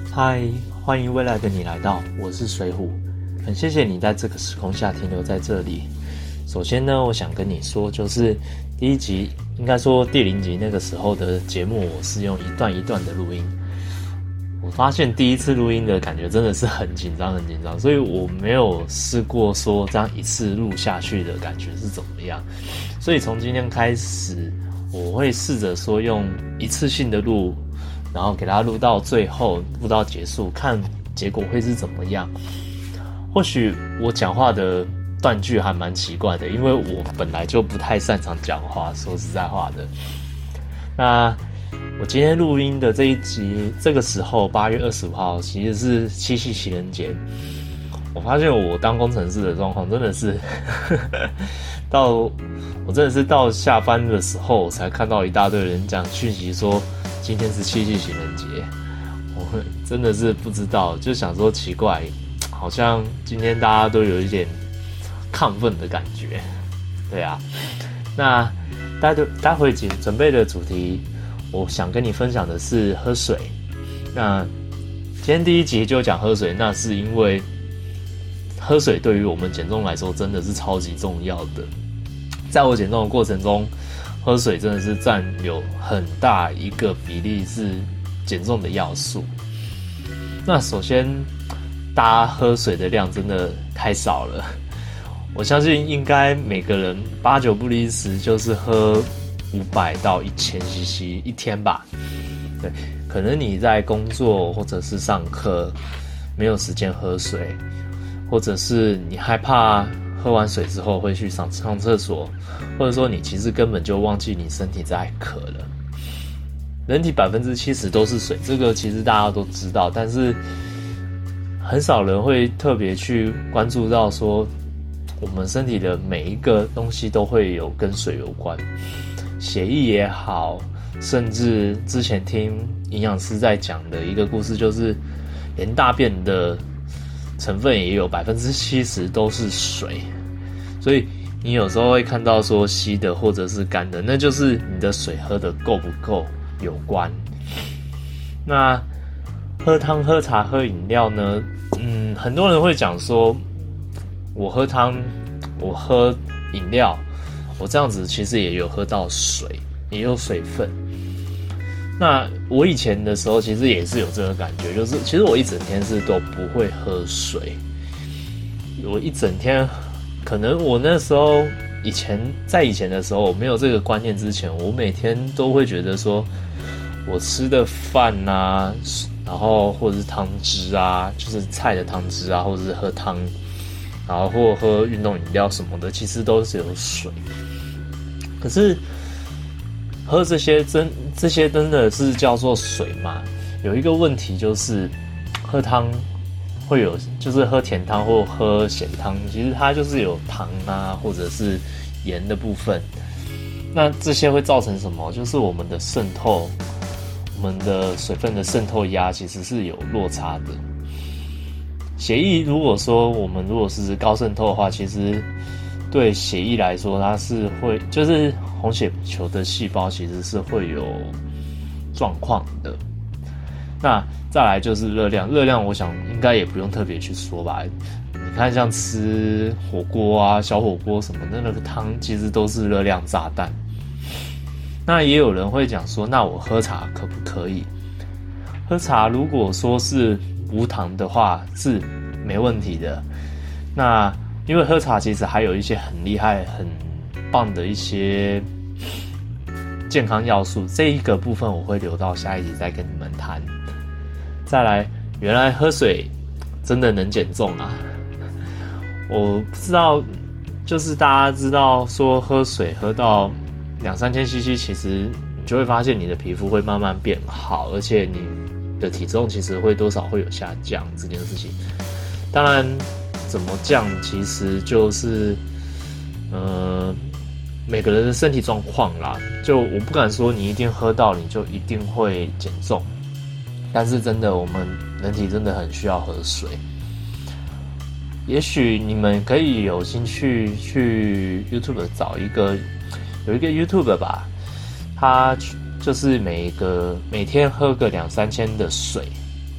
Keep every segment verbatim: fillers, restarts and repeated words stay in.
嗨，欢迎未来的你来到，我是水虎，很谢谢你在这个时空下停留在这里。首先呢，我想跟你说，就是第一集，应该说第零集那个时候的节目，我是用一段一段的录音。我发现第一次录音的感觉真的是很紧张，很紧张，所以我没有试过说这样一次录下去的感觉是怎么样。所以从今天开始，我会试着说用一次性的录。然后给它录到最后，录到结束，看结果会是怎么样。或许我讲话的断句还蛮奇怪的，因为我本来就不太擅长讲话，说实在话的。那我今天录音的这一集，这个时候八月二十五号，其实是七夕情人节。我发现我当工程师的状况真的是到我真的是到下班的时候，我才看到一大堆人讲讯息说今天是七夕情人节，我真的是不知道，就想说奇怪，好像今天大家都有一点亢奋的感觉，对啊。那待会待会准备的主题，我想跟你分享的是喝水。那今天第一集就讲喝水，那是因为喝水对于我们减重来说真的是超级重要的。在我减重的过程中，喝水真的是占有很大一个比例是减重的要素。那首先，大家喝水的量真的太少了。我相信应该每个人八九不离十就是喝五百到一千 C C 一天吧。对，可能你在工作或者是上课没有时间喝水，或者是你害怕喝完水之后会去上上厕所，或者说你其实根本就忘记你身体在渴了。人体 百分之七十 都是水，这个其实大家都知道，但是很少人会特别去关注到说我们身体的每一个东西都会有跟水有关，血液也好，甚至之前听营养师在讲的一个故事，就是连大便的成分也有 百分之七十 都是水，所以你有时候会看到说稀的或者是干的，那就是你的水喝的够不够有关。那喝汤、喝茶、喝饮料呢？嗯，很多人会讲说，我喝汤，我喝饮料，我这样子其实也有喝到水，也有水分。那我以前的时候其实也是有这个感觉，就是其实我一整天是都不会喝水，我一整天可能我那时候以前在以前的时候我没有这个观念之前，我每天都会觉得说我吃的饭啊，然后或者是汤汁啊，就是菜的汤汁啊，或者是喝汤，然后或喝运动饮料什么的，其实都是有水。可是喝这些真这些真的是叫做水吗？有一个问题就是，喝汤会有，就是喝甜汤或喝咸汤，其实它就是有糖啊，或者是盐的部分。那这些会造成什么？就是我们的渗透，我们的水分的渗透压其实是有落差的。血液如果说我们如果是高渗透的话，其实对血液来说，它是会就是红血球的细胞其实是会有状况的。那再来就是热量，热量我想应该也不用特别去说吧。你看像吃火锅啊、小火锅什么的，那个汤其实都是热量炸弹。那也有人会讲说，那我喝茶可不可以？喝茶如果说是无糖的话是没问题的。那因为喝茶其实还有一些很厉害、很棒的一些健康要素，这一个部分我会留到下一集再跟你们谈。再来，原来喝水真的能减重啊！我不知道，就是大家知道说喝水喝到两三千 C C， 其实你就会发现你的皮肤会慢慢变好，而且你的体重其实会多少会有下降这件事情。当然，怎么降其实就是呃每个人的身体状况啦，就我不敢说你一定喝到你就一定会减重，但是真的我们人体真的很需要喝水。也许你们可以有兴趣去 YouTube 找一个，有一个 YouTube 吧，他就是每个每天喝个两三千的水，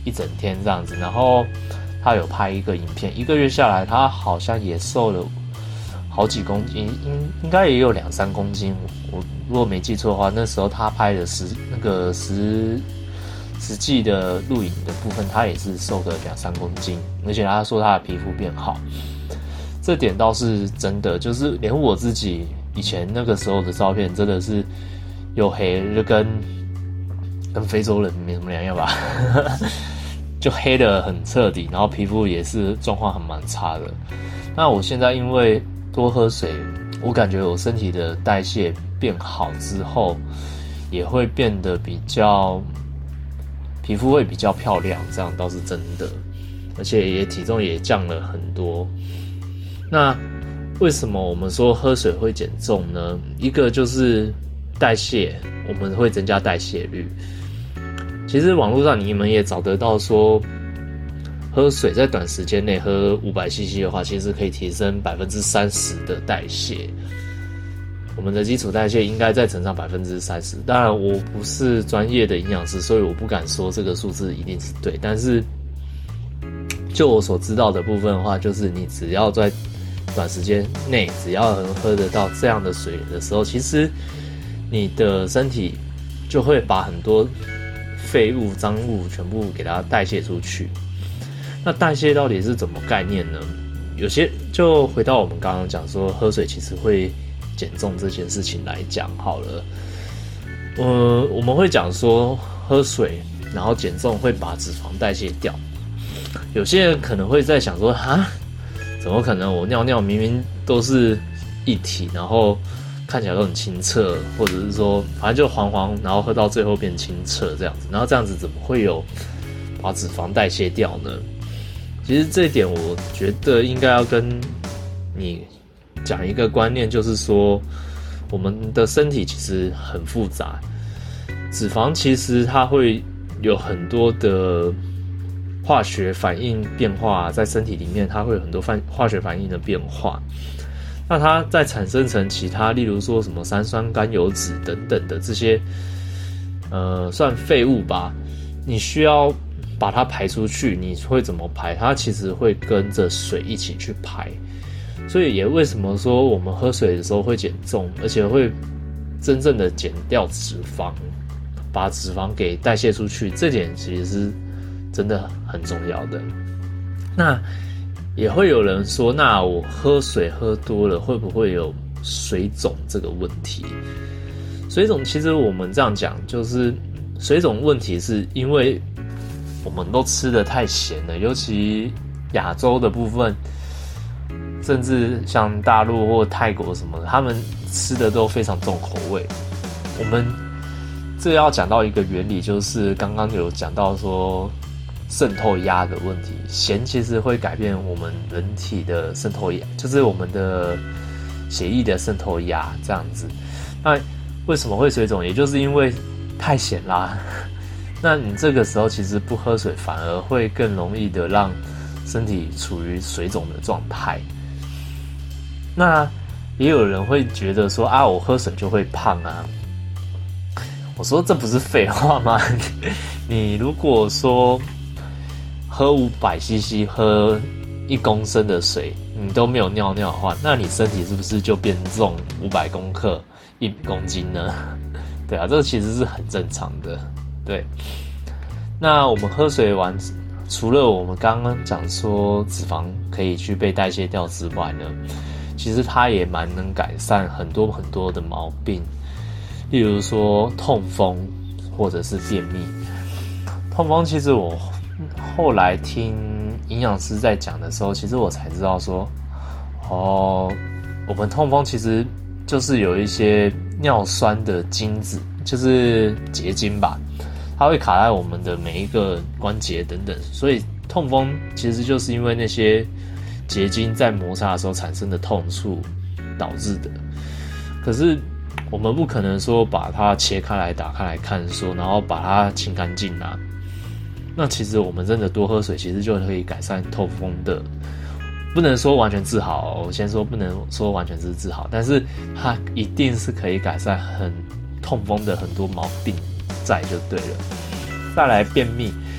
一整天这样子，然后他有拍一个影片，一个月下来，他好像也瘦了好几公斤，应应该也有两三公斤。我如果没记错的话，那时候他拍的实那个实实际的录影的部分，他也是瘦了两三公斤，而且他说他的皮肤变好，这点倒是真的，就是连我自己以前那个时候的照片，真的是又黑，就跟跟非洲人没什么两样吧。就黑得很彻底，然后皮肤也是状况还蛮差的。那我现在因为多喝水，我感觉我身体的代谢变好之后，也会变得比较皮肤会比较漂亮，这样倒是真的，而且也体重也降了很多。那为什么我们说喝水会减重呢？一个就是代谢，我们会增加代谢率。其实网络上你们也找得到说，喝水在短时间内喝五百 C C 的话，其实可以提升百分之三十的代谢。我们的基础代谢应该再乘上百分之三十。当然，我不是专业的营养师，所以我不敢说这个数字一定是对。但是，就我所知道的部分的话，就是你只要在短时间内，只要能喝得到这样的水的时候，其实你的身体就会把很多废物、脏物全部给它代谢出去。那代谢到底是怎么概念呢？有些就回到我们刚刚讲说，喝水其实会减重这件事情来讲好了。呃，我们会讲说喝水然后减重会把脂肪代谢掉。有些人可能会在想说，哈，怎么可能？我尿尿明明都是一体，然后看起来都很清澈，或者是说反正就黄黄，然后喝到最后变清澈这样子，然后这样子怎么会有把脂肪代谢掉呢？其实这一点我觉得应该要跟你讲一个观念，就是说我们的身体其实很复杂，脂肪其实它会有很多的化学反应变化，在身体里面它会有很多化学反应的变化，那它再产生成其他，例如说什么三酸甘油酯等等的这些呃算废物吧，你需要把它排出去，你会怎么排？它其实会跟着水一起去排，所以也为什么说我们喝水的时候会减重，而且会真正的减掉脂肪，把脂肪给代谢出去，这点其实是真的很重要的。那也会有人说，那我喝水喝多了会不会有水肿这个问题？水肿其实我们这样讲，就是水肿问题是因为我们都吃得太咸了，尤其亚洲的部分，甚至像大陆或泰国什么的，他们吃的都非常重口味。我们这要讲到一个原理，就是刚刚有讲到说渗透压的问题，咸其实会改变我们人体的渗透压，就是我们的血液的渗透压这样子。那为什么会水肿？也就是因为太咸啦。那你这个时候其实不喝水，反而会更容易的让身体处于水肿的状态。那也有人会觉得说啊，我喝水就会胖啊。我说这不是废话吗？你如果说喝五百 C C 喝一公升的水，你都没有尿尿的话，那你身体是不是就变重五百公克一公斤呢？对啊，这个其实是很正常的。对，那我们喝水完，除了我们刚刚讲说脂肪可以去被代谢掉之外呢，其实它也蛮能改善很多很多的毛病，例如说痛风或者是便秘。痛风其实我后来听营养师在讲的时候，其实我才知道说，哦，我们痛风其实就是有一些尿酸的精子，就是结晶吧，它会卡在我们的每一个关节等等，所以痛风其实就是因为那些结晶在摩擦的时候产生的痛处导致的。可是我们不可能说把它切开来打开来看说，然后把它清干净啊。那其实我们真的多喝水，其实就可以改善痛风的，不能说完全治好，我先说不能说完全是治好，但是它一定是可以改善很痛风的很多毛病在就对了。再来便秘，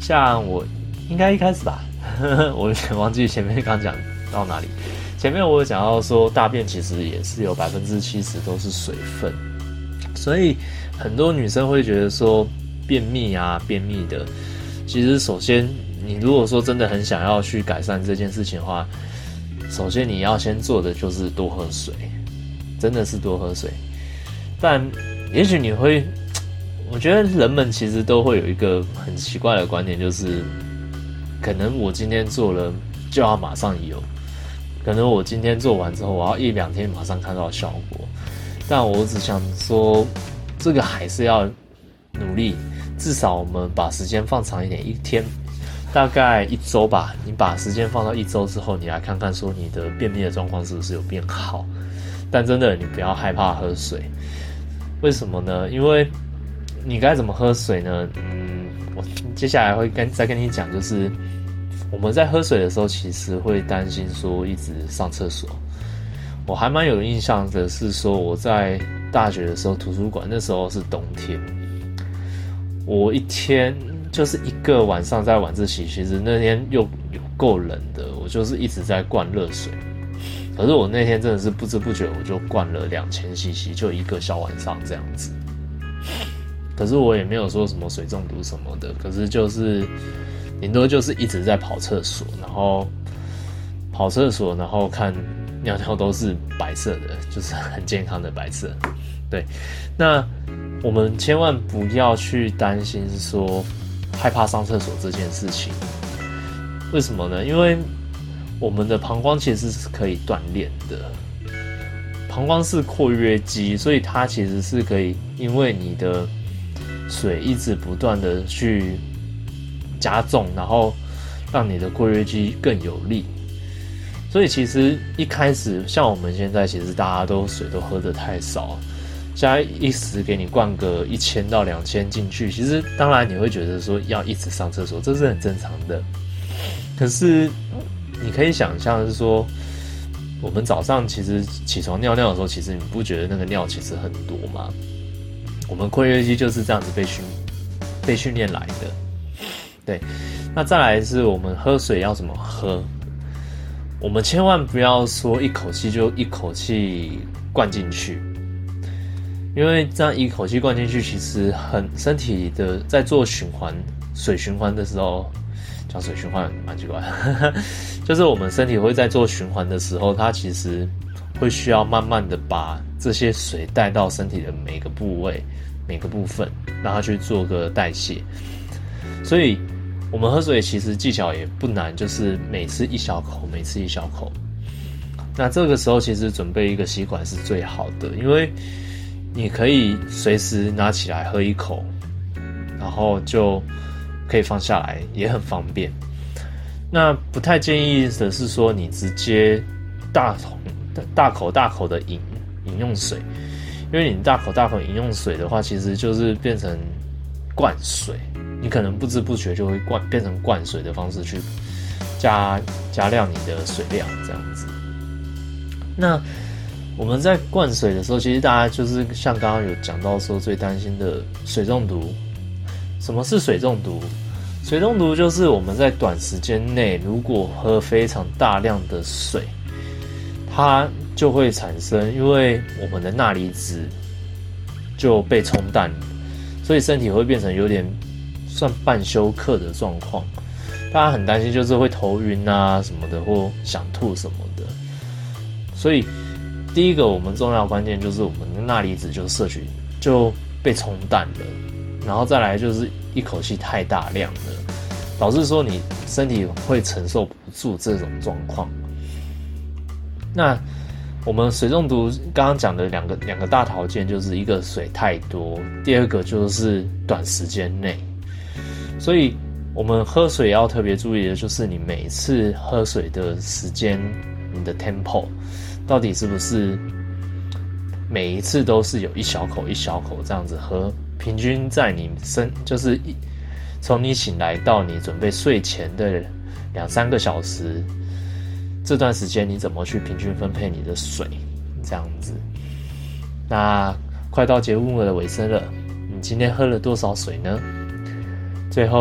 像我应该一开始吧，我有点忘记前面刚讲到哪里。前面我有讲到说，大便其实也是有百分之七十都是水分，所以很多女生会觉得说便秘啊，便秘的。其实首先，你如果说真的很想要去改善这件事情的话，首先你要先做的就是多喝水，真的是多喝水。但也许你会，我觉得人们其实都会有一个很奇怪的观点，就是可能我今天做了就要马上有。可能我今天做完之后，我要一两天马上看到效果，但我只想说，这个还是要努力，至少我们把时间放长一点，一天大概一周吧。你把时间放到一周之后，你来看看说你的便秘的状况是不是有变好。但真的，你不要害怕喝水，为什么呢？因为你该怎么喝水呢？嗯，我接下来会跟再跟你讲，就是。我们在喝水的时候，其实会担心说一直上厕所。我还蛮有印象的是说，我在大学的时候图书馆，那时候是冬天，我一天就是一个晚上在晚自习，其实那天又有够冷的，我就是一直在灌热水。可是我那天真的是不知不觉我就灌了两千 C C， 就一个小晚上这样子。可是我也没有说什么水中毒什么的，可是就是顶多就是一直在跑厕所，然后跑厕所，然后看尿尿都是白色的，就是很健康的白色。对，那我们千万不要去担心说害怕上厕所这件事情。为什么呢？因为我们的膀胱其实是可以锻炼的，膀胱是括约肌，所以它其实是可以因为你的水一直不断的去加重，然后让你的括约肌更有力。所以其实一开始像我们现在，其实大家都水都喝得太少，现在一时给你灌个一千到两千进去，其实当然你会觉得说要一直上厕所，这是很正常的。可是你可以想象是说，我们早上其实起床尿尿的时候，其实你不觉得那个尿其实很多吗？我们括约肌就是这样子被训被训练来的。对，那再来是我们喝水要怎么喝？我们千万不要说一口气就一口气灌进去，因为这样一口气灌进去，其实很身体的在做循环水循环的时候，讲水循环蛮奇怪的，就是我们身体会在做循环的时候，它其实会需要慢慢的把这些水带到身体的每个部位、每个部分，让它去做个代谢。所以我们喝水其实技巧也不难，就是每次一小口，每次一小口。那这个时候其实准备一个吸管是最好的，因为你可以随时拿起来喝一口，然后就可以放下来，也很方便。那不太建议的是说你直接大桶大口大口的饮饮用水，因为你大口大口饮用水的话，其实就是变成灌水，你可能不知不觉就会灌变成灌水的方式去加加量你的水量这样子。那我们在灌水的时候，其实大家就是像刚刚有讲到说最担心的水中毒。什么是水中毒？水中毒就是我们在短时间内如果喝非常大量的水，它就会产生，因为我们的钠离子就被冲淡，所以身体会变成有点算半休克的状况。大家很担心就是会头晕啊什么的，或想吐什么的。所以第一个我们重要的关键就是我们的钠离子就摄取就被冲淡了，然后再来就是一口气太大量了，导致说你身体会承受不住这种状况。那我们水中毒刚刚讲的两个两个大条件，就是一个水太多，第二个就是短时间内。所以我们喝水要特别注意的就是你每次喝水的时间，你的 tempo 到底是不是每一次都是有一小口一小口这样子喝，平均在你身就是一从你醒来到你准备睡前的两三个小时，这段时间你怎么去平均分配你的水这样子。那快到节目的尾声了，你今天喝了多少水呢？最后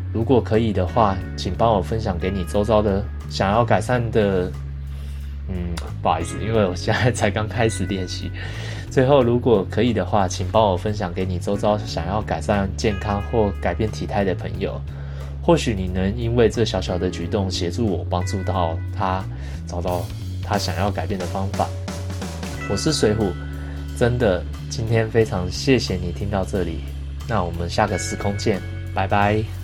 如果可以的话，请帮我分享给你周遭的想要改善的，嗯，不好意思，因为我现在才刚开始练习。最后，如果可以的话，请帮我分享给你周遭想要改善健康或改变体态的朋友。或许你能因为这小小的举动协助我，帮助到他找到他想要改变的方法。我是水虎，真的今天非常谢谢你听到这里，那我们下个时空见，拜拜。